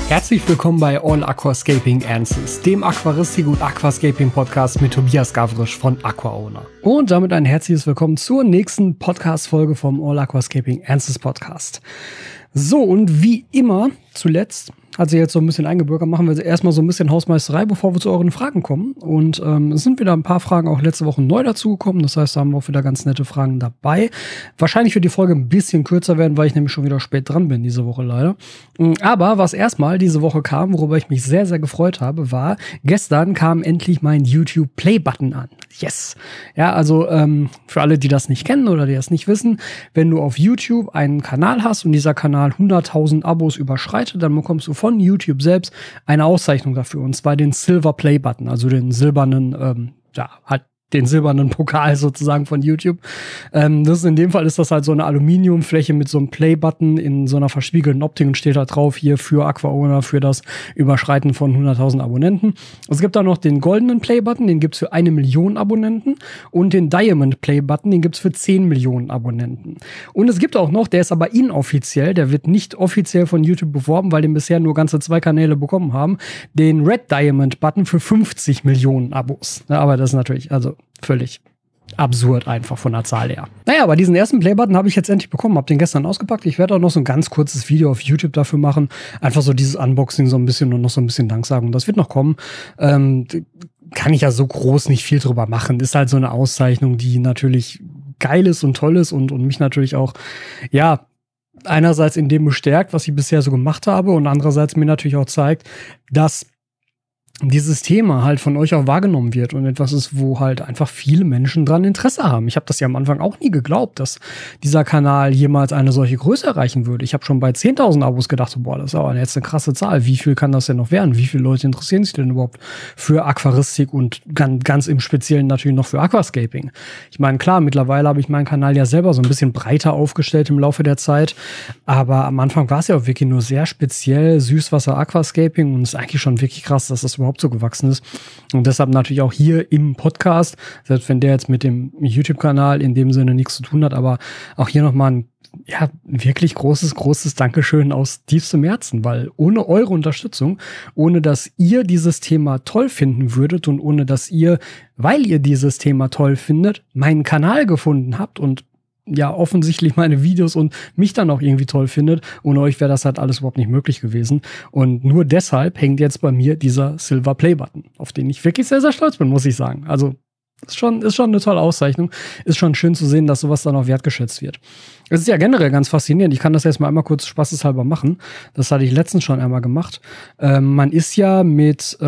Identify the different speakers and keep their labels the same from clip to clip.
Speaker 1: Herzlich willkommen bei All Aquascaping Answers, dem Aquaristik- und Aquascaping-Podcast mit Tobias Gavrisch von AquaOwner. Und damit ein herzliches Willkommen zur nächsten Podcast-Folge vom All Aquascaping Answers Podcast. So, und wie immer zuletzt, hat sich jetzt so ein bisschen eingebürgert, machen wir erstmal so ein bisschen Hausmeisterei, bevor wir zu euren Fragen kommen. Und es sind wieder ein paar Fragen auch letzte Woche neu dazugekommen. Das heißt, da haben wir auch wieder ganz nette Fragen dabei. Wahrscheinlich wird die Folge ein bisschen kürzer werden, weil ich nämlich schon wieder spät dran bin diese Woche leider. Aber was erstmal diese Woche kam, worüber ich mich sehr, sehr gefreut habe, war, gestern kam endlich mein YouTube Play-Button an. Yes! Ja, also für alle, die das nicht kennen oder die das nicht wissen, wenn du auf YouTube einen Kanal hast und dieser Kanal 100.000 Abos überschreitet, dann bekommst du von YouTube selbst eine Auszeichnung dafür, und zwar den Silver Play Button, also den silbernen, den silbernen Pokal sozusagen von YouTube. Das ist in dem Fall ist das halt so eine Aluminiumfläche mit so einem Play-Button in so einer verspiegelten Optik und steht da drauf hier für AquaOwner, für das Überschreiten von 100.000 Abonnenten. Es gibt da noch den goldenen Play-Button, den gibt's für 1 Million Abonnenten, und den Diamond Play-Button, den gibt's für 10 Millionen Abonnenten. Und es gibt auch noch, der ist aber inoffiziell, der wird nicht offiziell von YouTube beworben, weil den bisher nur ganze 2 Kanäle bekommen haben, den Red Diamond Button für 50 Millionen Abos. Ja, aber das ist natürlich, also völlig absurd einfach von der Zahl her. Naja, aber diesen ersten Playbutton habe ich jetzt endlich bekommen, habe den gestern ausgepackt. Ich werde auch noch so ein ganz kurzes Video auf YouTube dafür machen. Einfach so dieses Unboxing so ein bisschen und noch so ein bisschen Dank sagen. Und das wird noch kommen. Kann ich ja so groß nicht viel drüber machen. Ist halt so eine Auszeichnung, die natürlich geil ist und toll ist und mich natürlich auch, ja, einerseits in dem bestärkt, was ich bisher so gemacht habe, und andererseits mir natürlich auch zeigt, dass dieses Thema halt von euch auch wahrgenommen wird und etwas ist, wo halt einfach viele Menschen dran Interesse haben. Ich habe das ja am Anfang auch nie geglaubt, dass dieser Kanal jemals eine solche Größe erreichen würde. Ich habe schon bei 10.000 Abos gedacht, so, boah, das ist aber jetzt eine krasse Zahl. Wie viel kann das denn noch werden? Wie viele Leute interessieren sich denn überhaupt für Aquaristik und ganz im Speziellen natürlich noch für Aquascaping? Ich meine, klar, mittlerweile habe ich meinen Kanal ja selber so ein bisschen breiter aufgestellt im Laufe der Zeit, aber am Anfang war es ja auch wirklich nur sehr speziell Süßwasser-Aquascaping, und es ist eigentlich schon wirklich krass, dass das überhaupt so gewachsen ist. Und deshalb natürlich auch hier im Podcast, selbst wenn der jetzt mit dem YouTube-Kanal in dem Sinne nichts zu tun hat, aber auch hier nochmal ein wirklich großes Dankeschön aus tiefstem Herzen, weil ohne eure Unterstützung, ohne dass ihr dieses Thema toll finden würdet und ohne dass ihr, weil ihr dieses Thema toll findet, meinen Kanal gefunden habt und ja offensichtlich meine Videos und mich dann auch irgendwie toll findet. Ohne euch wäre das halt alles überhaupt nicht möglich gewesen. Und nur deshalb hängt jetzt bei mir dieser Silver Play Button, auf den ich wirklich sehr, sehr stolz bin, muss ich sagen. Also ist schon eine tolle Auszeichnung. Ist schon schön zu sehen, dass sowas dann auch wertgeschätzt wird. Es ist ja generell ganz faszinierend. Ich kann das jetzt mal einmal kurz spaßeshalber machen. Das hatte ich letztens schon einmal gemacht. Man ist ja mit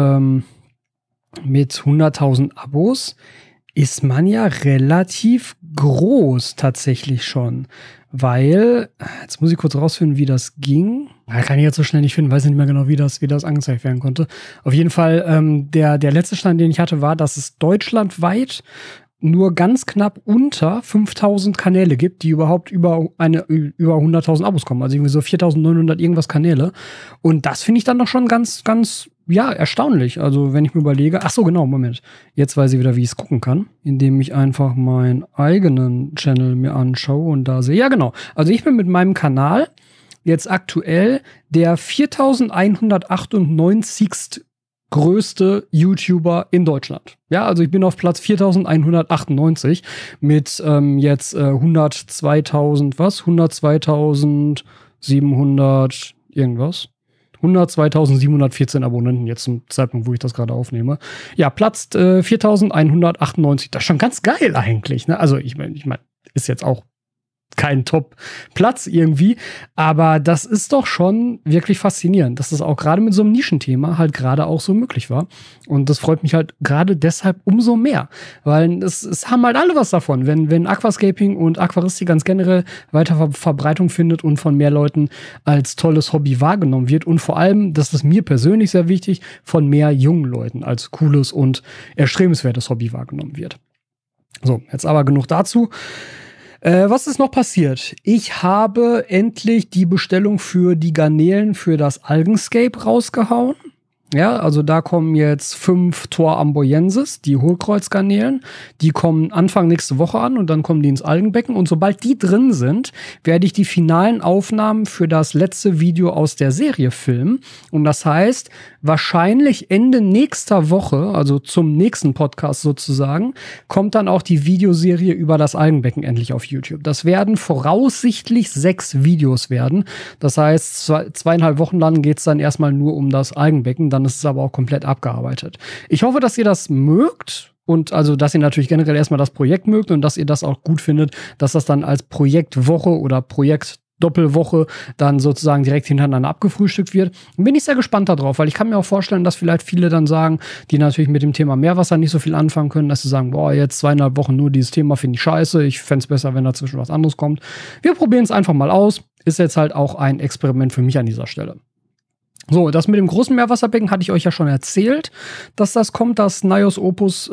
Speaker 1: 100.000 Abos ist man ja relativ groß tatsächlich schon, weil, jetzt muss ich kurz rausfinden, wie das ging. Kann ich jetzt so schnell nicht finden, weiß ich nicht mehr genau, wie das angezeigt werden konnte. Auf jeden Fall, der letzte Stand, den ich hatte, war, dass es deutschlandweit nur ganz knapp unter 5.000 Kanäle gibt, die überhaupt über 100.000 Abos kommen. Also irgendwie so 4.900 irgendwas Kanäle. Und das finde ich dann doch schon ganz erstaunlich. Also wenn ich mir überlege, ach so, genau, Moment. Jetzt weiß ich wieder, wie ich es gucken kann, indem ich einfach meinen eigenen Channel mir anschaue und da sehe. Ja, genau. Also ich bin mit meinem Kanal jetzt aktuell der 4.198. größte YouTuber in Deutschland. Ja, also ich bin auf Platz 4.198 mit jetzt 102.700 irgendwas. 102.714 Abonnenten jetzt zum Zeitpunkt, wo ich das gerade aufnehme. Ja, Platz 4.198. Das ist schon ganz geil eigentlich. Ne? Also ich meine, ist jetzt auch kein Top-Platz irgendwie, aber das ist doch schon wirklich faszinierend, dass das auch gerade mit so einem Nischenthema halt gerade auch so möglich war. Und das freut mich halt gerade deshalb umso mehr, weil es haben halt alle was davon, wenn Aquascaping und Aquaristik ganz generell weiter Verbreitung findet und von mehr Leuten als tolles Hobby wahrgenommen wird, und vor allem, das ist mir persönlich sehr wichtig, von mehr jungen Leuten als cooles und erstrebenswertes Hobby wahrgenommen wird. So, jetzt aber genug dazu. Was ist noch passiert? Ich habe endlich die Bestellung für die Garnelen für das Algenscape rausgehauen. Ja, also da kommen jetzt 5 Thor amboyensis, die Hohlkreuzgarnelen. Die kommen Anfang nächste Woche an und dann kommen die ins Algenbecken. Und sobald die drin sind, werde ich die finalen Aufnahmen für das letzte Video aus der Serie filmen. Und das heißt, wahrscheinlich Ende nächster Woche, also zum nächsten Podcast sozusagen, kommt dann auch die Videoserie über das Algenbecken endlich auf YouTube. Das werden voraussichtlich 6 Videos werden. Das heißt, 2,5 Wochen lang geht's dann erstmal nur um das Algenbecken. Dann ist es aber auch komplett abgearbeitet. Ich hoffe, dass ihr das mögt und also, dass ihr natürlich generell erstmal das Projekt mögt und dass ihr das auch gut findet, dass das dann als Projektwoche oder Projektdoppelwoche dann sozusagen direkt hintereinander abgefrühstückt wird. Bin ich sehr gespannt darauf, weil ich kann mir auch vorstellen, dass vielleicht viele dann sagen, die natürlich mit dem Thema Meerwasser nicht so viel anfangen können, dass sie sagen, boah, jetzt 2,5 Wochen nur dieses Thema finde ich scheiße, ich fände es besser, wenn dazwischen was anderes kommt. Wir probieren es einfach mal aus. Ist jetzt halt auch ein Experiment für mich an dieser Stelle. So, das mit dem großen Meerwasserbecken hatte ich euch ja schon erzählt, dass das kommt, das NIOS Opus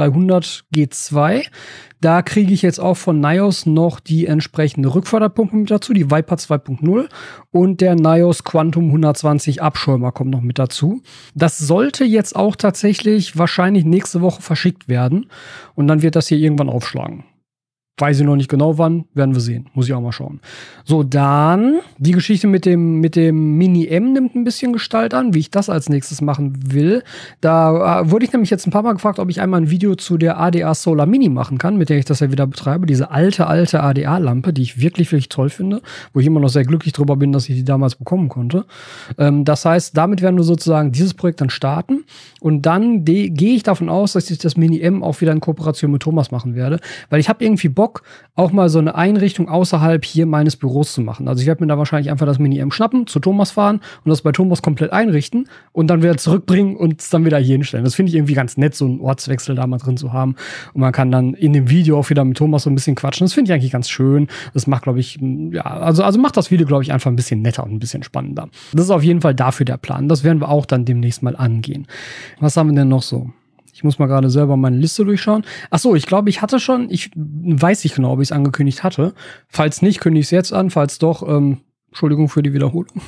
Speaker 1: 300 G2. Da kriege ich jetzt auch von NIOS noch die entsprechende Rückförderpumpe mit dazu, die Viper 2.0 und der NIOS Quantum 120 Abschäumer kommt noch mit dazu. Das sollte jetzt auch tatsächlich wahrscheinlich nächste Woche verschickt werden und dann wird das hier irgendwann aufschlagen. Weiß ich noch nicht genau wann, werden wir sehen. Muss ich auch mal schauen. So, dann die Geschichte mit dem Mini-M nimmt ein bisschen Gestalt an, wie ich das als nächstes machen will. Da wurde ich nämlich jetzt ein paar Mal gefragt, ob ich einmal ein Video zu der ADA Solar Mini machen kann, mit der ich das ja wieder betreibe. Diese alte ADA-Lampe, die ich wirklich, wirklich toll finde, wo ich immer noch sehr glücklich drüber bin, dass ich die damals bekommen konnte. Das heißt, damit werden wir sozusagen dieses Projekt dann starten. Und dann gehe ich davon aus, dass ich das Mini-M auch wieder in Kooperation mit Thomas machen werde, weil ich habe irgendwie Bock, auch mal so eine Einrichtung außerhalb hier meines Büros zu machen. Also ich werde mir da wahrscheinlich einfach das Mini-M schnappen, zu Thomas fahren und das bei Thomas komplett einrichten und dann wieder zurückbringen und es dann wieder hier hinstellen. Das finde ich irgendwie ganz nett, so einen Ortswechsel da mal drin zu haben. Und man kann dann in dem Video auch wieder mit Thomas so ein bisschen quatschen. Das finde ich eigentlich ganz schön. Das macht, glaube ich, ja, also macht das Video, glaube ich, einfach ein bisschen netter und ein bisschen spannender. Das ist auf jeden Fall dafür der Plan. Das werden wir auch dann demnächst mal angehen. Was haben wir denn noch so? Ich muss mal gerade selber meine Liste durchschauen. Ach so, ich glaube, ich hatte schon, ich weiß nicht genau, ob ich es angekündigt hatte. Falls nicht, kündige ich es jetzt an. Falls doch, Entschuldigung für die Wiederholung.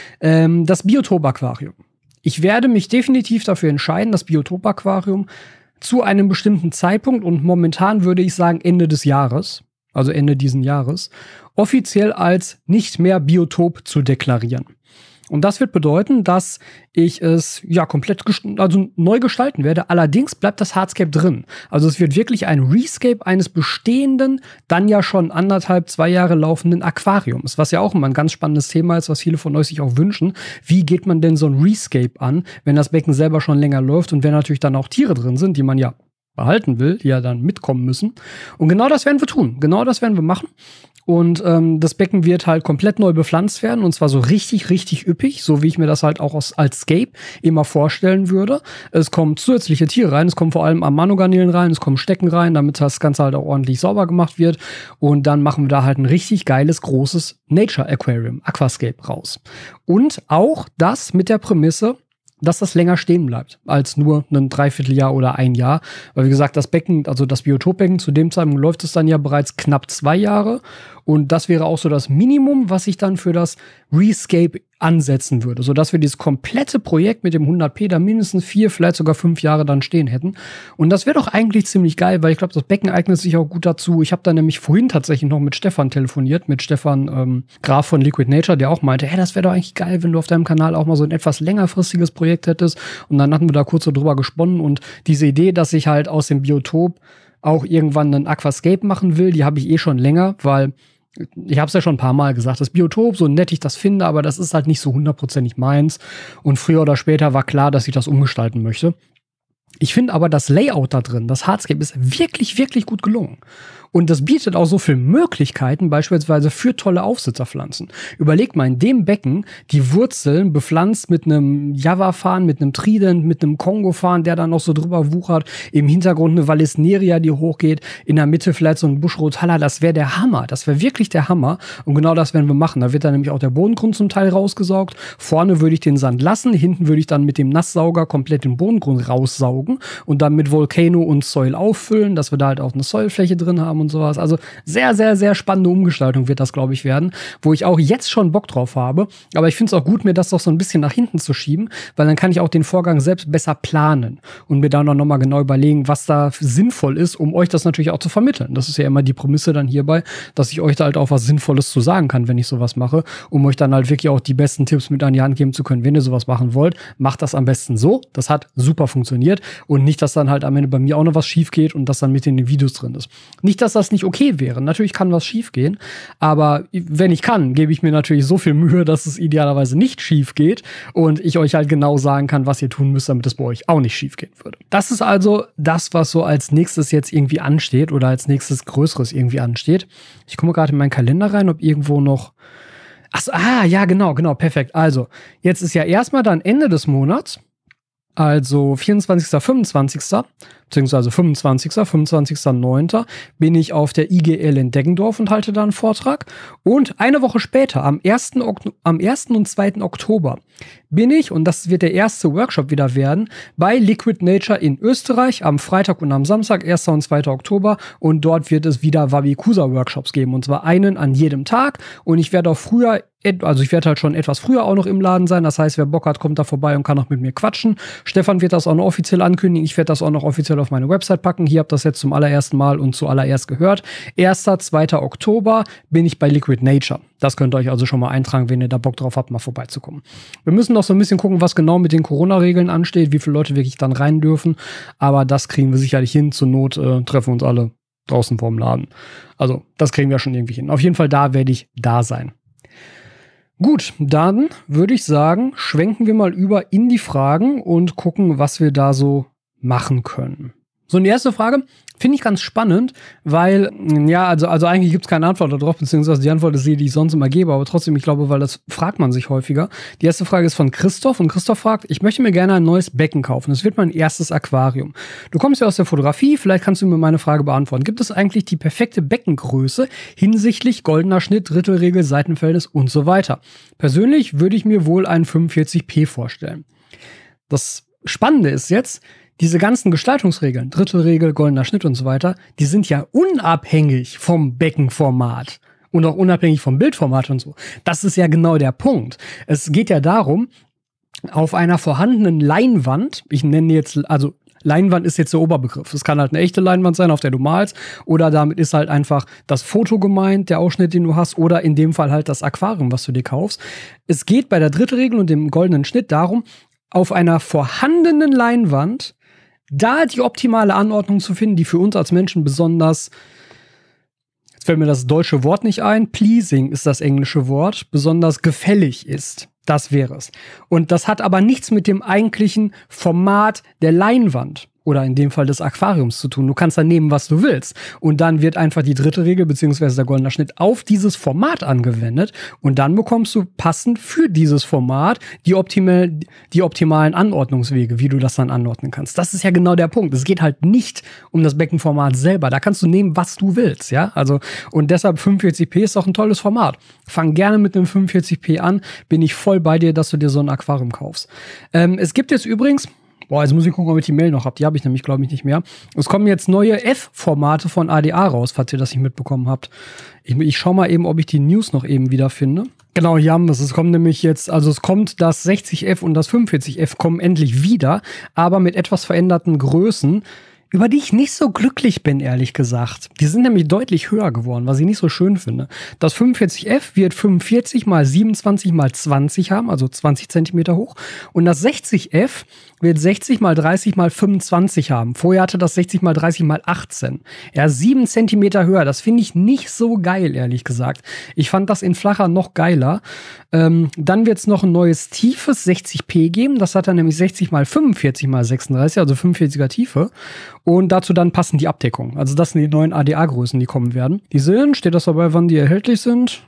Speaker 1: Das Biotop-Aquarium. Ich werde mich definitiv dafür entscheiden, das Biotop-Aquarium zu einem bestimmten Zeitpunkt und momentan würde ich sagen Ende des Jahres, also Ende diesen Jahres, offiziell als nicht mehr Biotop zu deklarieren. Und das wird bedeuten, dass ich es ja komplett neu gestalten werde. Allerdings bleibt das Hardscape drin. Also es wird wirklich ein Rescape eines bestehenden, dann ja schon 1,5-2 Jahre laufenden Aquariums. Was ja auch immer ein ganz spannendes Thema ist, was viele von euch sich auch wünschen. Wie geht man denn so ein Rescape an, wenn das Becken selber schon länger läuft und wenn natürlich dann auch Tiere drin sind, die man ja behalten will, die ja dann mitkommen müssen. Und genau das werden wir tun. Genau das werden wir machen. Und das Becken wird halt komplett neu bepflanzt werden und zwar so richtig, richtig üppig, so wie ich mir das halt auch als Scape immer vorstellen würde. Es kommen zusätzliche Tiere rein, es kommen vor allem Amano-Garnelen rein, es kommen Stecken rein, damit das Ganze halt auch ordentlich sauber gemacht wird. Und dann machen wir da halt ein richtig geiles, großes Nature Aquarium, Aquascape raus. Und auch das mit der Prämisse, dass das länger stehen bleibt als nur ein Dreivierteljahr oder ein Jahr. Weil wie gesagt, das Becken, also das Biotopbecken, zu dem Zeitpunkt läuft es dann ja bereits knapp 2 Jahre. Und das wäre auch so das Minimum, was ich dann für das Rescape ansetzen würde, sodass wir dieses komplette Projekt mit dem 100p da mindestens 4, vielleicht sogar 5 Jahre dann stehen hätten. Und das wäre doch eigentlich ziemlich geil, weil ich glaube, das Becken eignet sich auch gut dazu. Ich habe da nämlich vorhin tatsächlich noch mit Stefan telefoniert, mit Stefan Graf von Liquid Nature, der auch meinte, hey, das wäre doch eigentlich geil, wenn du auf deinem Kanal auch mal so ein etwas längerfristiges Projekt hättest. Und dann hatten wir da kurz so drüber gesponnen und diese Idee, dass ich halt aus dem Biotop auch irgendwann einen Aquascape machen will, die habe ich eh schon länger, weil ich habe es ja schon ein paar Mal gesagt, das Biotop, so nett ich das finde, aber das ist halt nicht so 100%ig meins. Und früher oder später war klar, dass ich das umgestalten möchte. Ich finde aber das Layout da drin, das Hardscape, ist wirklich, wirklich gut gelungen. Und das bietet auch so viele Möglichkeiten, beispielsweise für tolle Aufsitzerpflanzen. Überlegt mal, in dem Becken die Wurzeln bepflanzt mit einem Java-Farn, mit einem Trident, mit einem Kongo-Farn, der dann noch so drüber wuchert. Im Hintergrund eine Vallisneria, die hochgeht. In der Mitte vielleicht so ein Buschrothaler. Das wäre der Hammer. Das wäre wirklich der Hammer. Und genau das werden wir machen. Da wird dann nämlich auch der Bodengrund zum Teil rausgesaugt. Vorne würde ich den Sand lassen. Hinten würde ich dann mit dem Nasssauger komplett den Bodengrund raussaugen und dann mit Volcano und Soil auffüllen, dass wir da halt auch eine Soilfläche drin haben und sowas. Also sehr, sehr, sehr spannende Umgestaltung wird das, glaube ich, werden, wo ich auch jetzt schon Bock drauf habe. Aber ich finde es auch gut, mir das doch so ein bisschen nach hinten zu schieben, weil dann kann ich auch den Vorgang selbst besser planen und mir dann auch nochmal genau überlegen, was da sinnvoll ist, um euch das natürlich auch zu vermitteln. Das ist ja immer die Prämisse dann hierbei, dass ich euch da halt auch was Sinnvolles zu sagen kann, wenn ich sowas mache, um euch dann halt wirklich auch die besten Tipps mit an die Hand geben zu können. Wenn ihr sowas machen wollt, macht das am besten so. Das hat super funktioniert und nicht, dass dann halt am Ende bei mir auch noch was schief geht und das dann mit in den Videos drin ist. Nicht, dass das nicht okay wäre. Natürlich kann was schief gehen, aber wenn ich kann, gebe ich mir natürlich so viel Mühe, dass es idealerweise nicht schief geht und ich euch halt genau sagen kann, was ihr tun müsst, damit es bei euch auch nicht schief gehen würde. Das ist also das, was so als nächstes jetzt irgendwie ansteht oder als nächstes Größeres irgendwie ansteht. Ich gucke gerade in meinen Kalender rein, ob irgendwo noch ja, genau, perfekt. Also, jetzt ist ja erstmal dann Ende des Monats, also 24., 25., beziehungsweise 25.9. bin ich auf der IGL in Deggendorf und halte da einen Vortrag. Und eine Woche später, am 1. und 2. Oktober, bin ich, und das wird der erste Workshop wieder werden, bei Liquid Nature in Österreich am Freitag und am Samstag, 1. und 2. Oktober. Und dort wird es wieder Wabikusa-Workshops geben. Und zwar einen an jedem Tag. Und ich werde auch ich werde halt schon etwas früher auch noch im Laden sein. Das heißt, wer Bock hat, kommt da vorbei und kann auch mit mir quatschen. Stefan wird das auch noch offiziell ankündigen. Ich werde das auch noch offiziell auf meine Website packen. Hier habt ihr das jetzt zum allerersten Mal und zuallererst gehört. 1., 2. Oktober bin ich bei Liquid Nature. Das könnt ihr euch also schon mal eintragen, wenn ihr da Bock drauf habt, mal vorbeizukommen. Wir müssen noch so ein bisschen gucken, was genau mit den Corona-Regeln ansteht, wie viele Leute wirklich dann rein dürfen. Aber das kriegen wir sicherlich hin. Zur Not treffen wir uns alle draußen vorm Laden. Also das kriegen wir schon irgendwie hin. Auf jeden Fall da werde ich da sein. Gut, dann würde ich sagen, schwenken wir mal über in die Fragen und gucken, was wir da so machen können. So, die erste Frage finde ich ganz spannend, weil, ja, also eigentlich gibt es keine Antwort darauf, beziehungsweise die Antwort ist die ich sonst immer gebe, aber trotzdem, ich glaube, weil das fragt man sich häufiger. Die erste Frage ist von Christoph und Christoph fragt, ich möchte mir gerne ein neues Becken kaufen. Das wird mein erstes Aquarium. Du kommst ja aus der Fotografie, vielleicht kannst du mir meine Frage beantworten. Gibt es eigentlich die perfekte Beckengröße hinsichtlich goldener Schnitt, Drittelregel, Seitenverhältnis und so weiter? Persönlich würde ich mir wohl einen 45p vorstellen. Das Spannende ist jetzt, diese ganzen Gestaltungsregeln, Drittelregel, goldener Schnitt und so weiter, die sind ja unabhängig vom Beckenformat und auch unabhängig vom Bildformat und so. Das ist ja genau der Punkt. Es geht ja darum, auf einer vorhandenen Leinwand, ich nenne jetzt, also Leinwand ist jetzt der Oberbegriff. Es kann halt eine echte Leinwand sein, auf der du malst, oder damit ist halt einfach das Foto gemeint, der Ausschnitt, den du hast, oder in dem Fall halt das Aquarium, was du dir kaufst. Es geht bei der Drittelregel und dem goldenen Schnitt darum, auf einer vorhandenen Leinwand da die optimale Anordnung zu finden, die für uns als Menschen besonders, jetzt fällt mir das deutsche Wort nicht ein, pleasing ist das englische Wort, besonders gefällig ist. Das wäre es. Und das hat aber nichts mit dem eigentlichen Format der Leinwand oder in dem Fall des Aquariums zu tun. Du kannst dann nehmen, was du willst. Und dann wird einfach die Drittelregel beziehungsweise der goldene Schnitt auf dieses Format angewendet. Und dann bekommst du passend für dieses Format die optimalen Anordnungswege, wie du das dann anordnen kannst. Das ist ja genau der Punkt. Es geht halt nicht um das Beckenformat selber. Da kannst du nehmen, was du willst. Ja, also, und deshalb 45p ist auch ein tolles Format. Fang gerne mit einem 45p an. Bin ich voll bei dir, dass du dir so ein Aquarium kaufst. Es gibt jetzt übrigens, jetzt muss ich gucken, ob ich die Mail noch habe. Die habe ich nämlich, glaube ich, nicht mehr. Es kommen jetzt neue F-Formate von ADA raus, falls ihr das nicht mitbekommen habt. Ich schaue mal eben, ob ich die News noch eben wieder finde. Genau, hier haben wir es. Es kommt nämlich jetzt, also es kommt das 60F und das 45F kommen endlich wieder, aber mit etwas veränderten Größen, über die ich nicht so glücklich bin, ehrlich gesagt. Die sind nämlich deutlich höher geworden, was ich nicht so schön finde. Das 45F wird 45 mal 27 mal 20 haben, also 20 Zentimeter hoch. Und das 60F wird 60 mal 30 mal 25 haben. Vorher hatte das 60 mal 30 mal 18. Ja, 7 Zentimeter höher. Das finde ich nicht so geil, ehrlich gesagt. Ich fand das in flacher noch geiler. Dann wird es noch ein neues tiefes 60p geben. Das hat dann nämlich 60 mal 45 mal 36, also 45er Tiefe. Und dazu dann passen die Abdeckungen. Also das sind die neuen ADA-Größen, die kommen werden. Die sind, steht das dabei, wann die erhältlich sind?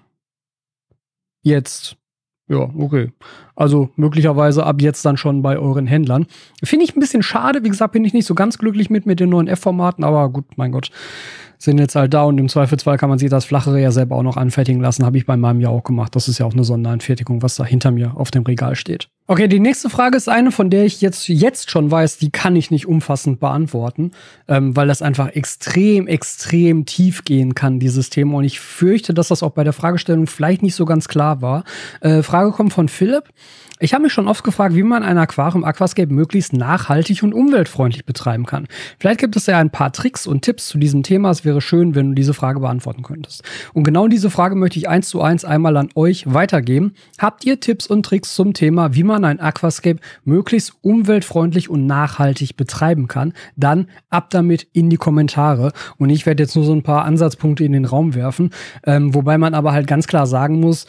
Speaker 1: Jetzt. Ja, okay. Also möglicherweise ab jetzt dann schon bei euren Händlern. Finde ich ein bisschen schade. Wie gesagt, bin ich nicht so ganz glücklich mit den neuen F-Formaten. Aber gut, mein Gott, sind jetzt halt da. Und im Zweifelsfall kann man sich das Flachere ja selber auch noch anfertigen lassen. Habe ich bei meinem ja auch gemacht. Das ist ja auch eine Sonderanfertigung, was da hinter mir auf dem Regal steht. Okay, die nächste Frage ist eine, von der ich jetzt schon weiß, die kann ich nicht umfassend beantworten, weil das einfach extrem tief gehen kann, dieses Thema. Und ich fürchte, dass das auch bei der Fragestellung vielleicht nicht so ganz klar war. Frage kommt von Philipp. Ich habe mich schon oft gefragt, wie man ein Aquarium Aquascape möglichst nachhaltig und umweltfreundlich betreiben kann. Vielleicht gibt es ja ein paar Tricks und Tipps zu diesem Thema. Es wäre schön, wenn du diese Frage beantworten könntest. Und genau diese Frage möchte ich 1:1 einmal an euch weitergeben. Habt ihr Tipps und Tricks zum Thema, wie man ein Aquascape möglichst umweltfreundlich und nachhaltig betreiben kann? Dann ab damit in die Kommentare. Und ich werde jetzt nur so ein paar Ansatzpunkte in den Raum werfen, wobei man aber halt ganz klar sagen muss,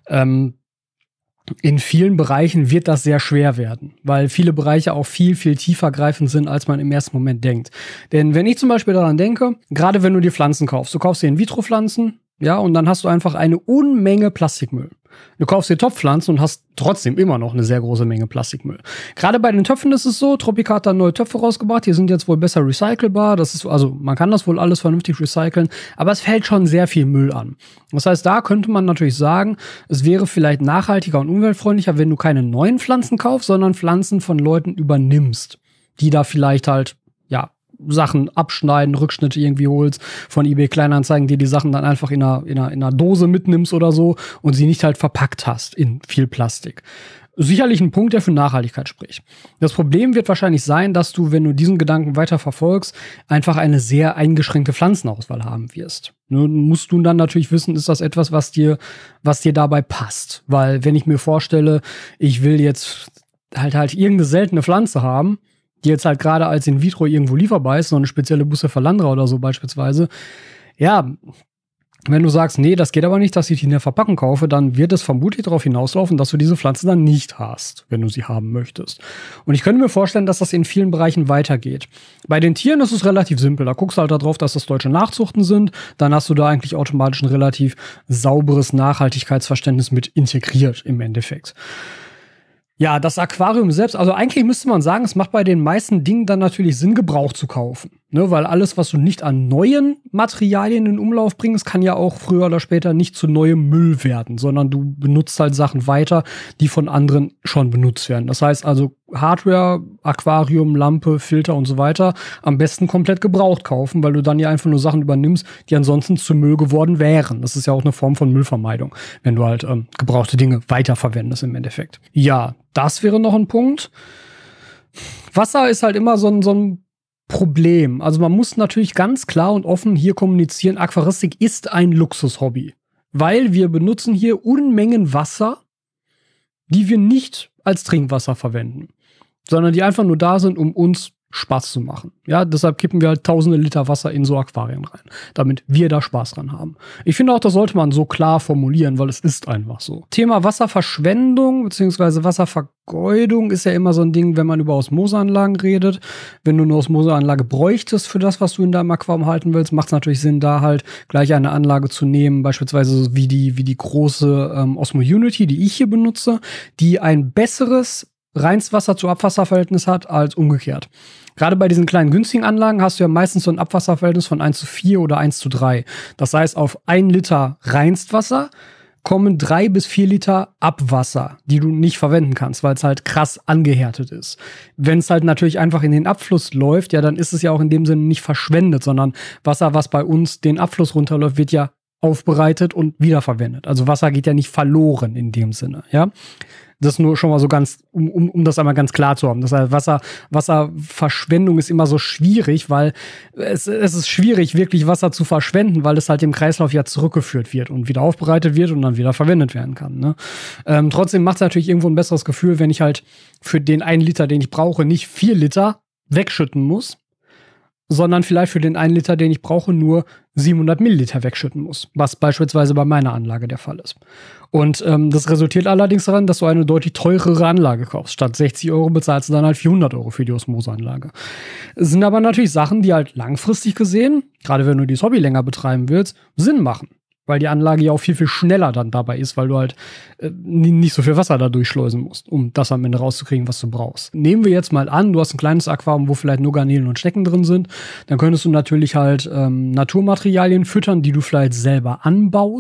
Speaker 1: in vielen Bereichen wird das sehr schwer werden, weil viele Bereiche auch viel tiefer greifend sind, als man im ersten Moment denkt. Denn wenn ich zum Beispiel daran denke, gerade wenn du dir Pflanzen kaufst, du kaufst dir In-vitro-Pflanzen, ja, und dann hast du einfach eine Unmenge Plastikmüll. Du kaufst dir Topfpflanzen und hast trotzdem immer noch eine sehr große Menge Plastikmüll. Gerade bei den Töpfen ist es so, Tropica hat da neue Töpfe rausgebracht, die sind jetzt wohl besser recycelbar. Das ist, also man kann das wohl alles vernünftig recyceln, aber es fällt schon sehr viel Müll an. Das heißt, da könnte man natürlich sagen, es wäre vielleicht nachhaltiger und umweltfreundlicher, wenn du keine neuen Pflanzen kaufst, sondern Pflanzen von Leuten übernimmst, die da vielleicht halt, ja, Sachen abschneiden, Rückschnitte irgendwie holst, von eBay Kleinanzeigen, dir die Sachen dann einfach in einer Dose mitnimmst oder so und sie nicht halt verpackt hast in viel Plastik. Sicherlich ein Punkt, der für Nachhaltigkeit spricht. Das Problem wird wahrscheinlich sein, dass du, wenn du diesen Gedanken weiter verfolgst, einfach eine sehr eingeschränkte Pflanzenauswahl haben wirst. Nun musst du dann natürlich wissen, ist das etwas, was dir dabei passt? Weil wenn ich mir vorstelle, ich will jetzt halt irgendeine seltene Pflanze haben, die jetzt halt gerade als in vitro irgendwo lieferbar ist, so eine spezielle Bucephalandra oder so beispielsweise. Ja, wenn du sagst, nee, das geht aber nicht, dass ich die in der Verpackung kaufe, dann wird es vermutlich darauf hinauslaufen, dass du diese Pflanze dann nicht hast, wenn du sie haben möchtest. Und ich könnte mir vorstellen, dass das in vielen Bereichen weitergeht. Bei den Tieren ist es relativ simpel. Da guckst du halt darauf, dass das deutsche Nachzuchten sind. Dann hast du da eigentlich automatisch ein relativ sauberes Nachhaltigkeitsverständnis mit integriert im Endeffekt. Ja, das Aquarium selbst, also eigentlich müsste man sagen, es macht bei den meisten Dingen dann natürlich Sinn, gebraucht zu kaufen. Ne, weil alles, was du nicht an neuen Materialien in Umlauf bringst, kann ja auch früher oder später nicht zu neuem Müll werden, sondern du benutzt halt Sachen weiter, die von anderen schon benutzt werden. Das heißt also Hardware, Aquarium, Lampe, Filter und so weiter am besten komplett gebraucht kaufen, weil du dann ja einfach nur Sachen übernimmst, die ansonsten zu Müll geworden wären. Das ist ja auch eine Form von Müllvermeidung, wenn du halt gebrauchte Dinge weiterverwendest im Endeffekt. Ja, das wäre noch ein Punkt. Wasser ist halt immer so ein Problem. Also man muss natürlich ganz klar und offen hier kommunizieren, Aquaristik ist ein Luxushobby, weil wir benutzen hier Unmengen Wasser, die wir nicht als Trinkwasser verwenden, sondern die einfach nur da sind, um uns Spaß zu machen. Ja, deshalb kippen wir halt tausende Liter Wasser in so Aquarien rein, damit wir da Spaß dran haben. Ich finde auch, das sollte man so klar formulieren, weil es ist einfach so. Thema Wasserverschwendung bzw. Wasservergeudung ist ja immer so ein Ding, wenn man über Osmoseanlagen redet. Wenn du eine Osmoseanlage bräuchtest für das, was du in deinem Aquarium halten willst, macht es natürlich Sinn, da halt gleich eine Anlage zu nehmen, beispielsweise wie die große Osmo Unity, die ich hier benutze, die ein besseres Reinstwasser zu Abwasserverhältnis hat als umgekehrt. Gerade bei diesen kleinen günstigen Anlagen hast du ja meistens so ein Abwasserverhältnis von 1:4 oder 1:3. Das heißt, auf 1 Liter Reinstwasser kommen 3 bis 4 Liter Abwasser, die du nicht verwenden kannst, weil es halt krass angehärtet ist. Wenn es halt natürlich einfach in den Abfluss läuft, ja, dann ist es ja auch in dem Sinne nicht verschwendet, sondern Wasser, was bei uns den Abfluss runterläuft, wird ja aufbereitet und wiederverwendet. Also Wasser geht ja nicht verloren in dem Sinne, ja. Das nur schon mal so ganz, um das einmal ganz klar zu haben. Das heißt, Wasserverschwendung ist immer so schwierig, weil es ist schwierig, wirklich Wasser zu verschwenden, weil es halt im Kreislauf ja zurückgeführt wird und wieder aufbereitet wird und dann wieder verwendet werden kann. Ne? Trotzdem macht es natürlich irgendwo ein besseres Gefühl, wenn ich halt für den 1 Liter, den ich brauche, nicht 4 Liter wegschütten muss, sondern vielleicht für den 1 Liter, den ich brauche, nur 700 Milliliter wegschütten muss, was beispielsweise bei meiner Anlage der Fall ist. Und das resultiert allerdings daran, dass du eine deutlich teurere Anlage kaufst. Statt 60 € bezahlst du dann halt 400 € für die Osmoseanlage. Es sind aber natürlich Sachen, die halt langfristig gesehen, gerade wenn du dieses Hobby länger betreiben willst, Sinn machen. Weil die Anlage ja auch viel schneller dann dabei ist, weil du halt nicht so viel Wasser da durchschleusen musst, um das am Ende rauszukriegen, was du brauchst. Nehmen wir jetzt mal an, du hast ein kleines Aquarium, wo vielleicht nur Garnelen und Schnecken drin sind. Dann könntest du natürlich halt Naturmaterialien füttern, die du vielleicht selber anbaust.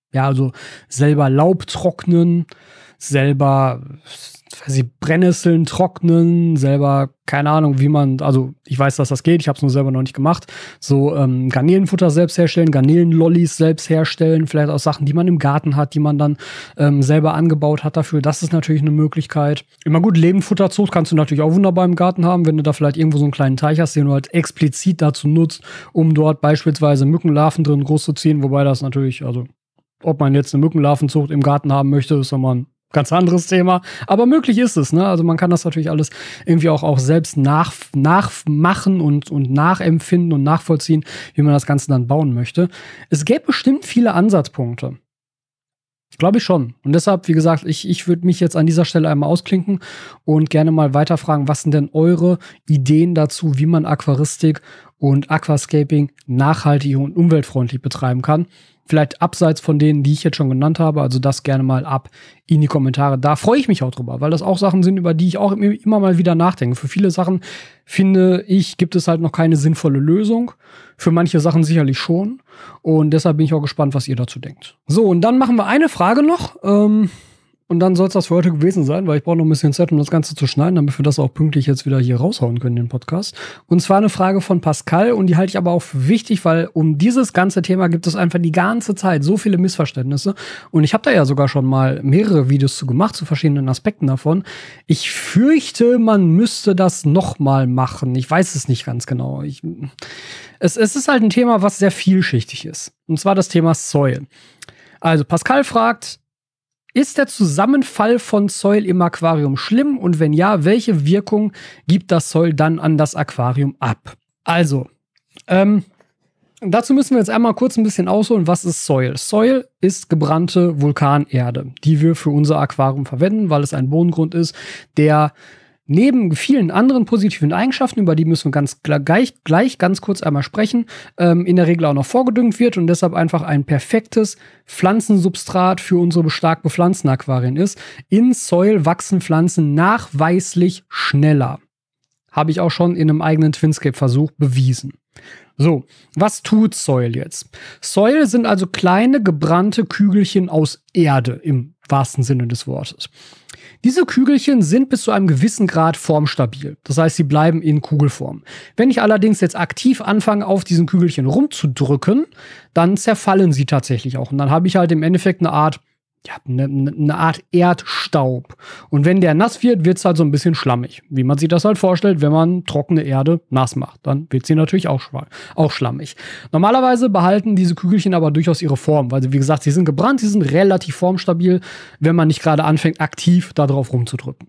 Speaker 1: Ja, also selber Laub trocknen, selber Brennnesseln trocknen, selber, keine Ahnung, wie man, also ich weiß, dass das geht, ich habe es nur selber noch nicht gemacht, so Garnelenfutter selbst herstellen, Garnelenlollis selbst herstellen, vielleicht auch Sachen, die man im Garten hat, die man dann selber angebaut hat dafür, das ist natürlich eine Möglichkeit. Immer gut, Lebendfutterzucht kannst du natürlich auch wunderbar im Garten haben, wenn du da vielleicht irgendwo so einen kleinen Teich hast, den du halt explizit dazu nutzt, um dort beispielsweise Mückenlarven drin großzuziehen, wobei das natürlich, also ob man jetzt eine Mückenlarvenzucht im Garten haben möchte, ist nochmal ein ganz anderes Thema. Aber möglich ist es, ne? Also man kann das natürlich alles irgendwie auch selbst nachmachen und nachempfinden und nachvollziehen, wie man das Ganze dann bauen möchte. Es gäbe bestimmt viele Ansatzpunkte. Glaube ich schon. Und deshalb, wie gesagt, ich würde mich jetzt an dieser Stelle einmal ausklinken und gerne mal weiterfragen, was sind denn eure Ideen dazu, wie man Aquaristik und Aquascaping nachhaltig und umweltfreundlich betreiben kann. Vielleicht abseits von denen, die ich jetzt schon genannt habe. Also das gerne mal ab in die Kommentare. Da freue ich mich auch drüber, weil das auch Sachen sind, über die ich auch immer mal wieder nachdenke. Für viele Sachen, finde ich, gibt es halt noch keine sinnvolle Lösung. Für manche Sachen sicherlich schon. Und deshalb bin ich auch gespannt, was ihr dazu denkt. So, und dann machen wir eine Frage noch. Und dann soll es das für heute gewesen sein, weil ich brauche noch ein bisschen Zeit, um das Ganze zu schneiden, damit wir das auch pünktlich jetzt wieder hier raushauen können, den Podcast. Und zwar eine Frage von Pascal, und die halte ich aber auch für wichtig, weil um dieses ganze Thema gibt es einfach die ganze Zeit so viele Missverständnisse. Und ich habe da ja sogar schon mal mehrere Videos zu gemacht, zu verschiedenen Aspekten davon. Ich fürchte, man müsste das noch mal machen. Ich weiß es nicht ganz genau. Es ist halt ein Thema, was sehr vielschichtig ist. Und zwar das Thema Soil. Also Pascal fragt: Ist der Zusammenfall von Soil im Aquarium schlimm? Und wenn ja, welche Wirkung gibt das Soil dann an das Aquarium ab? Also, dazu müssen wir jetzt einmal kurz ein bisschen ausholen. Was ist Soil? Soil ist gebrannte Vulkanerde, die wir für unser Aquarium verwenden, weil es ein Bodengrund ist, der neben vielen anderen positiven Eigenschaften, über die müssen wir gleich ganz kurz einmal sprechen, in der Regel auch noch vorgedüngt wird und deshalb einfach ein perfektes Pflanzensubstrat für unsere stark bepflanzten Aquarien ist. In Soil wachsen Pflanzen nachweislich schneller. Habe ich auch schon in einem eigenen Twinscape-Versuch bewiesen. So, was tut Soil jetzt? Soil sind also kleine gebrannte Kügelchen aus Erde im wahrsten Sinne des Wortes. Diese Kügelchen sind bis zu einem gewissen Grad formstabil. Das heißt, sie bleiben in Kugelform. Wenn ich allerdings jetzt aktiv anfange, auf diesen Kügelchen rumzudrücken, dann zerfallen sie tatsächlich auch. Und dann habe ich halt im Endeffekt eine Art Erdstaub. Und wenn der nass wird, wird es halt so ein bisschen schlammig. Wie man sich das halt vorstellt, wenn man trockene Erde nass macht. Dann wird sie natürlich auch schlammig. Normalerweise behalten diese Kügelchen aber durchaus ihre Form. Weil, wie gesagt, sie sind gebrannt, sie sind relativ formstabil, wenn man nicht gerade anfängt, aktiv da drauf rumzudrücken.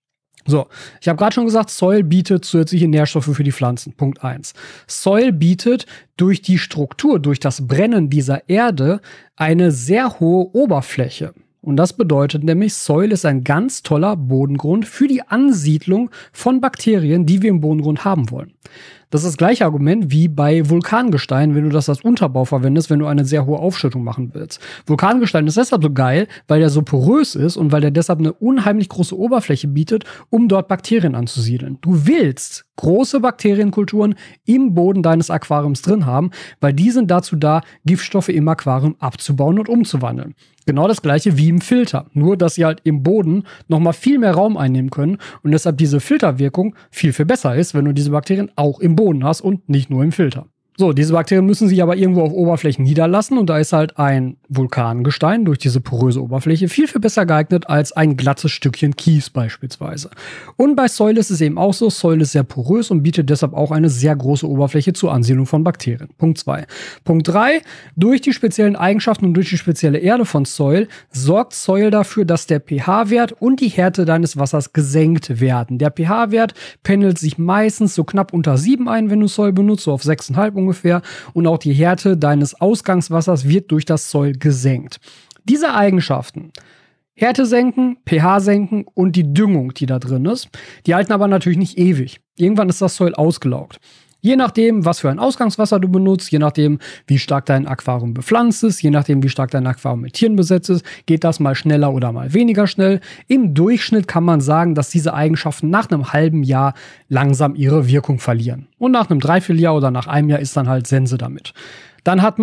Speaker 1: So, ich habe gerade schon gesagt, Soil bietet zusätzliche Nährstoffe für die Pflanzen. Punkt 1. Soil bietet durch die Struktur, durch das Brennen dieser Erde eine sehr hohe Oberfläche. Und das bedeutet nämlich, Soil ist ein ganz toller Bodengrund für die Ansiedlung von Bakterien, die wir im Bodengrund haben wollen. Das ist das gleiche Argument wie bei Vulkangestein, wenn du das als Unterbau verwendest, wenn du eine sehr hohe Aufschüttung machen willst. Vulkangestein ist deshalb so geil, weil der so porös ist und weil der deshalb eine unheimlich große Oberfläche bietet, um dort Bakterien anzusiedeln. Du willst große Bakterienkulturen im Boden deines Aquariums drin haben, weil die sind dazu da, Giftstoffe im Aquarium abzubauen und umzuwandeln. Genau das gleiche wie im Filter, nur dass sie halt im Boden nochmal viel mehr Raum einnehmen können und deshalb diese Filterwirkung viel, viel besser ist, wenn du diese Bakterien auch im Boden hast und nicht nur im Filter. So, diese Bakterien müssen sich aber irgendwo auf Oberflächen niederlassen und da ist halt ein Vulkangestein durch diese poröse Oberfläche viel, viel besser geeignet als ein glattes Stückchen Kies beispielsweise. Und bei Soil ist es eben auch so, Soil ist sehr porös und bietet deshalb auch eine sehr große Oberfläche zur Ansiedlung von Bakterien. Punkt 2. Punkt 3, durch die speziellen Eigenschaften und durch die spezielle Erde von Soil sorgt Soil dafür, dass der pH-Wert und die Härte deines Wassers gesenkt werden. Der pH-Wert pendelt sich meistens so knapp unter 7 ein, wenn du Soil benutzt, so auf 6,5 ungefähr, und auch die Härte deines Ausgangswassers wird durch das Soil gesenkt. Diese Eigenschaften, Härte senken, pH senken und die Düngung, die da drin ist, die halten aber natürlich nicht ewig. Irgendwann ist das Soil ausgelaugt. Je nachdem, was für ein Ausgangswasser du benutzt, je nachdem, wie stark dein Aquarium bepflanzt ist, je nachdem, wie stark dein Aquarium mit Tieren besetzt ist, geht das mal schneller oder mal weniger schnell. Im Durchschnitt kann man sagen, dass diese Eigenschaften nach einem halben Jahr langsam ihre Wirkung verlieren. Und nach einem Dreivierteljahr oder nach einem Jahr ist dann halt Sense damit. Dann hat man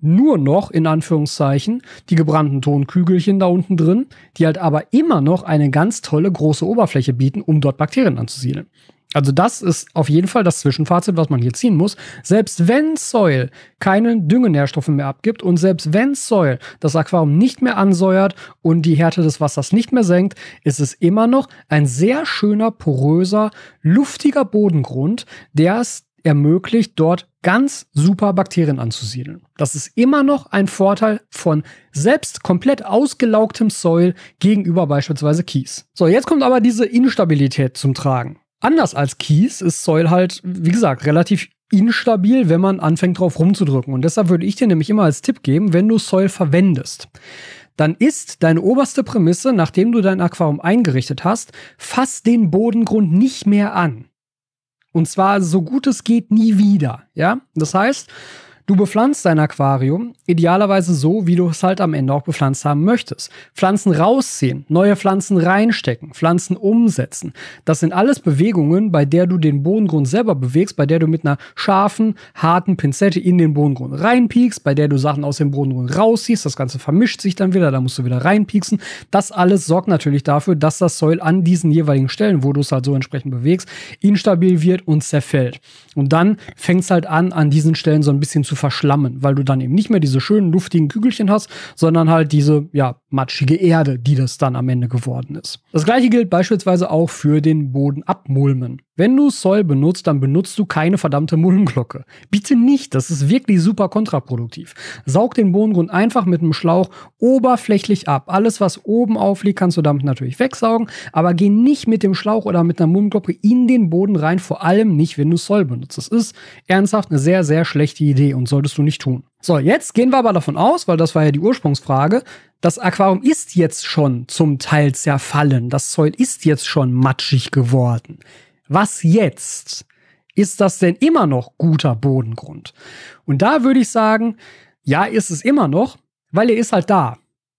Speaker 1: nur noch, in Anführungszeichen, die gebrannten Tonkügelchen da unten drin, die halt aber immer noch eine ganz tolle große Oberfläche bieten, um dort Bakterien anzusiedeln. Also das ist auf jeden Fall das Zwischenfazit, was man hier ziehen muss. Selbst wenn Soil keine Düngenährstoffe mehr abgibt und selbst wenn Soil das Aquarium nicht mehr ansäuert und die Härte des Wassers nicht mehr senkt, ist es immer noch ein sehr schöner, poröser, luftiger Bodengrund, der es ermöglicht, dort ganz super Bakterien anzusiedeln. Das ist immer noch ein Vorteil von selbst komplett ausgelaugtem Soil gegenüber beispielsweise Kies. So, jetzt kommt aber diese Instabilität zum Tragen. Anders als Kies ist Soil halt, wie gesagt, relativ instabil, wenn man anfängt drauf rumzudrücken. Und deshalb würde ich dir nämlich immer als Tipp geben, wenn du Soil verwendest, dann ist deine oberste Prämisse, nachdem du dein Aquarium eingerichtet hast, fass den Bodengrund nicht mehr an. Und zwar so gut es geht nie wieder, ja? Das heißt, du bepflanzt dein Aquarium idealerweise so, wie du es halt am Ende auch bepflanzt haben möchtest. Pflanzen rausziehen, neue Pflanzen reinstecken, Pflanzen umsetzen. Das sind alles Bewegungen, bei der du den Bodengrund selber bewegst, bei der du mit einer scharfen, harten Pinzette in den Bodengrund reinpiekst, bei der du Sachen aus dem Bodengrund rausziehst. Das Ganze vermischt sich dann wieder, da musst du wieder reinpieksen. Das alles sorgt natürlich dafür, dass das Soil an diesen jeweiligen Stellen, wo du es halt so entsprechend bewegst, instabil wird und zerfällt. Und dann fängt es halt an diesen Stellen so ein bisschen zu verschlammen, weil du dann eben nicht mehr diese schönen, luftigen Kügelchen hast, sondern halt diese, ja, matschige Erde, die das dann am Ende geworden ist. Das gleiche gilt beispielsweise auch für den Boden abmulmen. Wenn du Soil benutzt, dann benutzt du keine verdammte Mulmglocke. Bitte nicht, das ist wirklich super kontraproduktiv. Saug den Bodengrund einfach mit einem Schlauch oberflächlich ab. Alles, was oben aufliegt, kannst du damit natürlich wegsaugen, aber geh nicht mit dem Schlauch oder mit einer Mulmglocke in den Boden rein, vor allem nicht, wenn du Soil benutzt. Das ist ernsthaft eine sehr, sehr schlechte Idee und solltest du nicht tun. So, jetzt gehen wir aber davon aus, weil das war ja die Ursprungsfrage, das Aquarium ist jetzt schon zum Teil zerfallen. Das Soil ist jetzt schon matschig geworden. Was jetzt? Ist das denn immer noch guter Bodengrund? Und da würde ich sagen, ja, ist es immer noch, weil er ist halt da.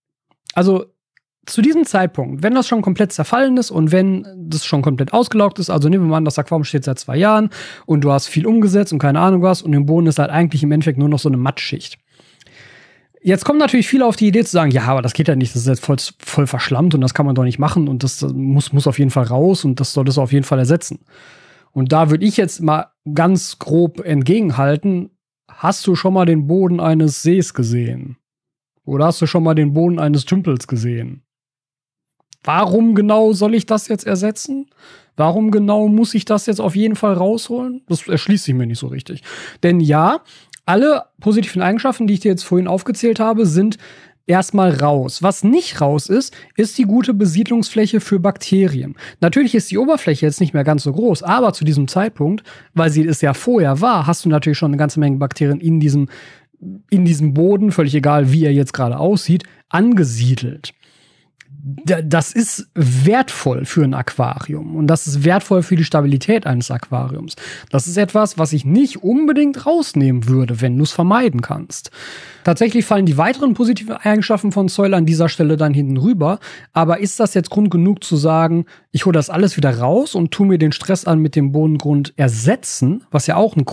Speaker 1: Also zu diesem Zeitpunkt, wenn das schon komplett zerfallen ist und wenn das schon komplett ausgelaugt ist, also nehmen wir mal an, das Aquarium steht seit 2 Jahren und du hast viel umgesetzt und keine Ahnung was und im Boden ist halt eigentlich im Endeffekt nur noch so eine Matschschicht. Jetzt kommen natürlich viele auf die Idee zu sagen, ja, aber das geht ja nicht, das ist jetzt voll verschlammt und das kann man doch nicht machen und das muss auf jeden Fall raus und das solltest du auf jeden Fall ersetzen. Und da würde ich jetzt mal ganz grob entgegenhalten, hast du schon mal den Boden eines Sees gesehen? Oder hast du schon mal den Boden eines Tümpels gesehen? Warum genau soll ich das jetzt ersetzen? Warum genau muss ich das jetzt auf jeden Fall rausholen? Das erschließt sich mir nicht so richtig. Denn ja, alle positiven Eigenschaften, die ich dir jetzt vorhin aufgezählt habe, sind erstmal raus. Was nicht raus ist, ist die gute Besiedlungsfläche für Bakterien. Natürlich ist die Oberfläche jetzt nicht mehr ganz so groß, aber zu diesem Zeitpunkt, weil sie es ja vorher war, hast du natürlich schon eine ganze Menge Bakterien in diesem Boden, völlig egal, wie er jetzt gerade aussieht, angesiedelt. Das ist wertvoll für ein Aquarium und das ist wertvoll für die Stabilität eines Aquariums. Das ist etwas, was ich nicht unbedingt rausnehmen würde, wenn du es vermeiden kannst. Tatsächlich fallen die weiteren positiven Eigenschaften von Soil an dieser Stelle dann hinten rüber. Aber ist das jetzt Grund genug zu sagen, ich hole das alles wieder raus und tue mir den Stress an mit dem Bodengrund ersetzen, was ja auch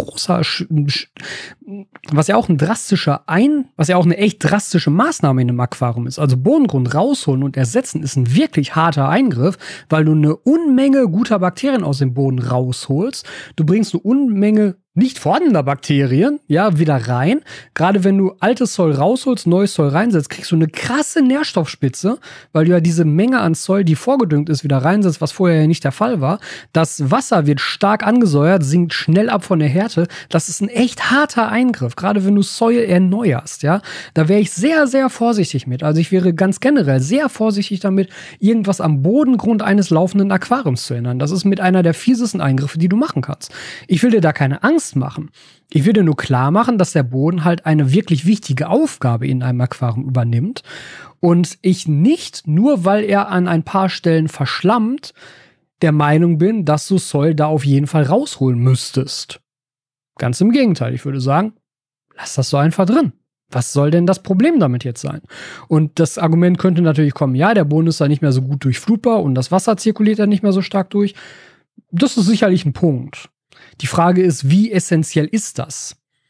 Speaker 1: eine echt drastische Maßnahme in einem Aquarium ist. Also Bodengrund rausholen und ersetzen ist ein wirklich harter Eingriff, weil du eine Unmenge guter Bakterien aus dem Boden rausholst. Du bringst eine Unmenge nicht vorhandener Bakterien, ja, wieder rein. Gerade wenn du altes Soil rausholst, neues Soil reinsetzt, kriegst du eine krasse Nährstoffspitze, weil du ja diese Menge an Soil, die vorgedüngt ist, wieder reinsetzt, was vorher ja nicht der Fall war. Das Wasser wird stark angesäuert, sinkt schnell ab von der Härte. Das ist ein echt harter Eingriff, gerade wenn du Soil erneuerst, ja. Da wäre ich sehr, sehr vorsichtig mit. Also ich wäre ganz generell sehr vorsichtig damit, irgendwas am Bodengrund eines laufenden Aquariums zu ändern. Das ist mit einer der fiesesten Eingriffe, die du machen kannst. Ich will dir da keine Angst machen. Ich will dir nur klar machen, dass der Boden halt eine wirklich wichtige Aufgabe in einem Aquarium übernimmt und ich nicht, nur weil er an ein paar Stellen verschlammt, der Meinung bin, dass du Soil da auf jeden Fall rausholen müsstest. Ganz im Gegenteil, ich würde sagen, lass das so einfach drin. Was soll denn das Problem damit jetzt sein? Und das Argument könnte natürlich kommen, ja, der Boden ist da nicht mehr so gut durchflutbar und das Wasser zirkuliert da nicht mehr so stark durch. Das ist sicherlich ein Punkt. Die Frage ist, wie essentiell ist das?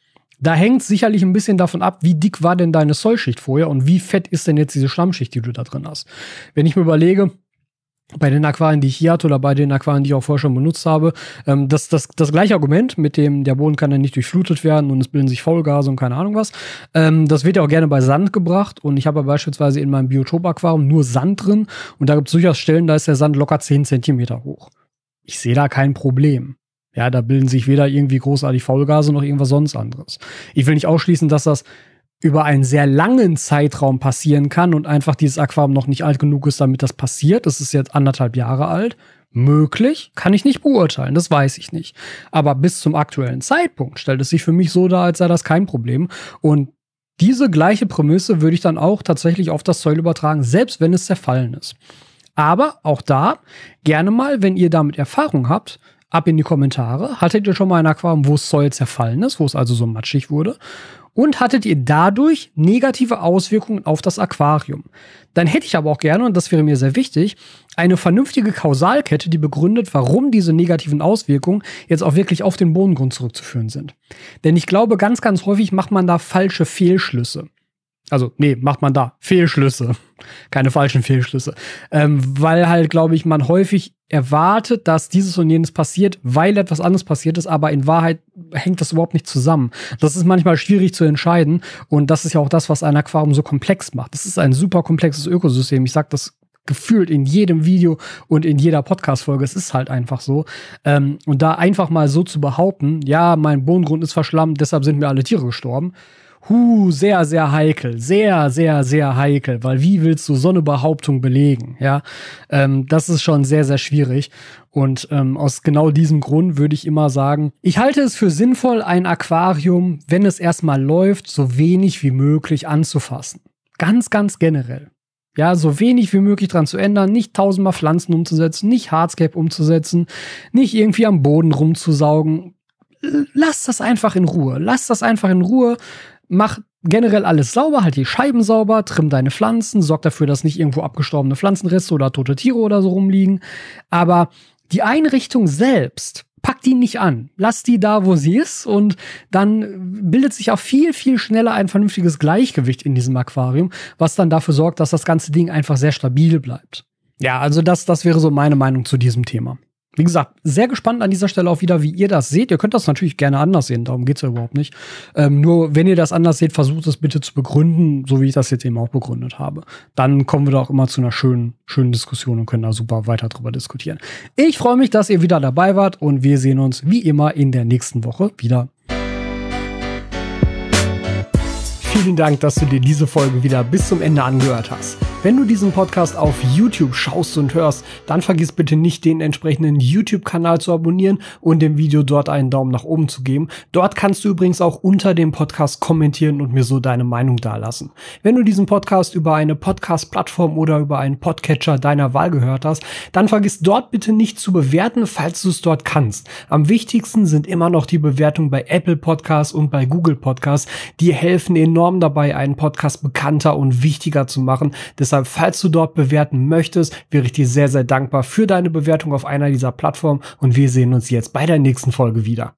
Speaker 1: Da hängt sicherlich ein bisschen davon ab, wie dick war denn deine Soilschicht vorher und wie fett ist denn jetzt diese Schlammschicht, die du da drin hast. Wenn ich mir überlege, bei den Aquarien, die ich hier hatte oder bei den Aquarien, die ich auch vorher schon benutzt habe, das gleiche Argument mit dem, der Boden kann ja nicht durchflutet werden und es bilden sich Faulgase und keine Ahnung was. Das wird ja auch gerne bei Sand gebracht und ich habe ja beispielsweise in meinem Biotop-Aquarium nur Sand drin und da gibt es durchaus Stellen, da ist der Sand locker 10 Zentimeter hoch. Ich sehe da kein Problem. Ja, da bilden sich weder irgendwie großartig Faulgase noch irgendwas sonst anderes. Ich will nicht ausschließen, dass das über einen sehr langen Zeitraum passieren kann und einfach dieses Aquarium noch nicht alt genug ist, damit das passiert. Das ist jetzt 1,5 Jahre alt. Möglich, kann ich nicht beurteilen, das weiß ich nicht. Aber bis zum aktuellen Zeitpunkt stellt es sich für mich so dar, als sei das kein Problem. Und diese gleiche Prämisse würde ich dann auch tatsächlich auf das Soil übertragen, selbst wenn es zerfallen ist. Aber auch da, gerne mal, wenn ihr damit Erfahrung habt, ab in die Kommentare. Hattet ihr schon mal ein Aquarium, wo Soil zerfallen ist, wo es also so matschig wurde? Und hattet ihr dadurch negative Auswirkungen auf das Aquarium? Dann hätte ich aber auch gerne, und das wäre mir sehr wichtig, eine vernünftige Kausalkette, die begründet, warum diese negativen Auswirkungen jetzt auch wirklich auf den Bodengrund zurückzuführen sind. Denn ich glaube, ganz, ganz häufig macht man da falsche Fehlschlüsse. Also, nee, macht man da Fehlschlüsse. Keine falschen Fehlschlüsse. Weil halt, glaube ich, man häufig erwartet, dass dieses und jenes passiert, weil etwas anderes passiert ist, aber in Wahrheit hängt das überhaupt nicht zusammen. Das ist manchmal schwierig zu entscheiden und das ist ja auch das, was ein Aquarium so komplex macht. Das ist ein super komplexes Ökosystem. Ich sag das gefühlt in jedem Video und in jeder Podcast-Folge. Es ist halt einfach so. Und da einfach mal so zu behaupten, ja, mein Bodengrund ist verschlammt, deshalb sind mir alle Tiere gestorben. Sehr, sehr heikel. Sehr, sehr, sehr heikel. Weil wie willst du so eine Behauptung belegen? Ja, das ist schon sehr, sehr schwierig. Und aus genau diesem Grund würde ich immer sagen, ich halte es für sinnvoll, ein Aquarium, wenn es erstmal läuft, so wenig wie möglich anzufassen. Ganz, ganz generell. Ja, so wenig wie möglich dran zu ändern, nicht 1000-mal Pflanzen umzusetzen, nicht Hardscape umzusetzen, nicht irgendwie am Boden rumzusaugen. Lass das einfach in Ruhe. Lass das einfach in Ruhe. Mach generell alles sauber, halt die Scheiben sauber, trimm deine Pflanzen, sorg dafür, dass nicht irgendwo abgestorbene Pflanzenreste oder tote Tiere oder so rumliegen. Aber die Einrichtung selbst, pack die nicht an. Lass die da, wo sie ist und dann bildet sich auch viel, viel schneller ein vernünftiges Gleichgewicht in diesem Aquarium, was dann dafür sorgt, dass das ganze Ding einfach sehr stabil bleibt. Ja, also das wäre so meine Meinung zu diesem Thema. Wie gesagt, sehr gespannt an dieser Stelle auch wieder, wie ihr das seht. Ihr könnt das natürlich gerne anders sehen, darum geht's ja überhaupt nicht. Nur wenn ihr das anders seht, versucht es bitte zu begründen, so wie ich das jetzt eben auch begründet habe. Dann kommen wir da auch immer zu einer schönen Diskussion und können da super weiter drüber diskutieren. Ich freue mich, dass ihr wieder dabei wart und wir sehen uns wie immer in der nächsten Woche wieder. Vielen Dank, dass du dir diese Folge wieder bis zum Ende angehört hast. Wenn du diesen Podcast auf YouTube schaust und hörst, dann vergiss bitte nicht, den entsprechenden YouTube-Kanal zu abonnieren und dem Video dort einen Daumen nach oben zu geben. Dort kannst du übrigens auch unter dem Podcast kommentieren und mir so deine Meinung dalassen. Wenn du diesen Podcast über eine Podcast-Plattform oder über einen Podcatcher deiner Wahl gehört hast, dann vergiss dort bitte nicht zu bewerten, falls du es dort kannst. Am wichtigsten sind immer noch die Bewertungen bei Apple Podcasts und bei Google Podcasts. Die helfen enorm dabei, einen Podcast bekannter und wichtiger zu machen. Deshalb, falls du dort bewerten möchtest, wäre ich dir sehr, sehr dankbar für deine Bewertung auf einer dieser Plattformen und wir sehen uns jetzt bei der nächsten Folge wieder.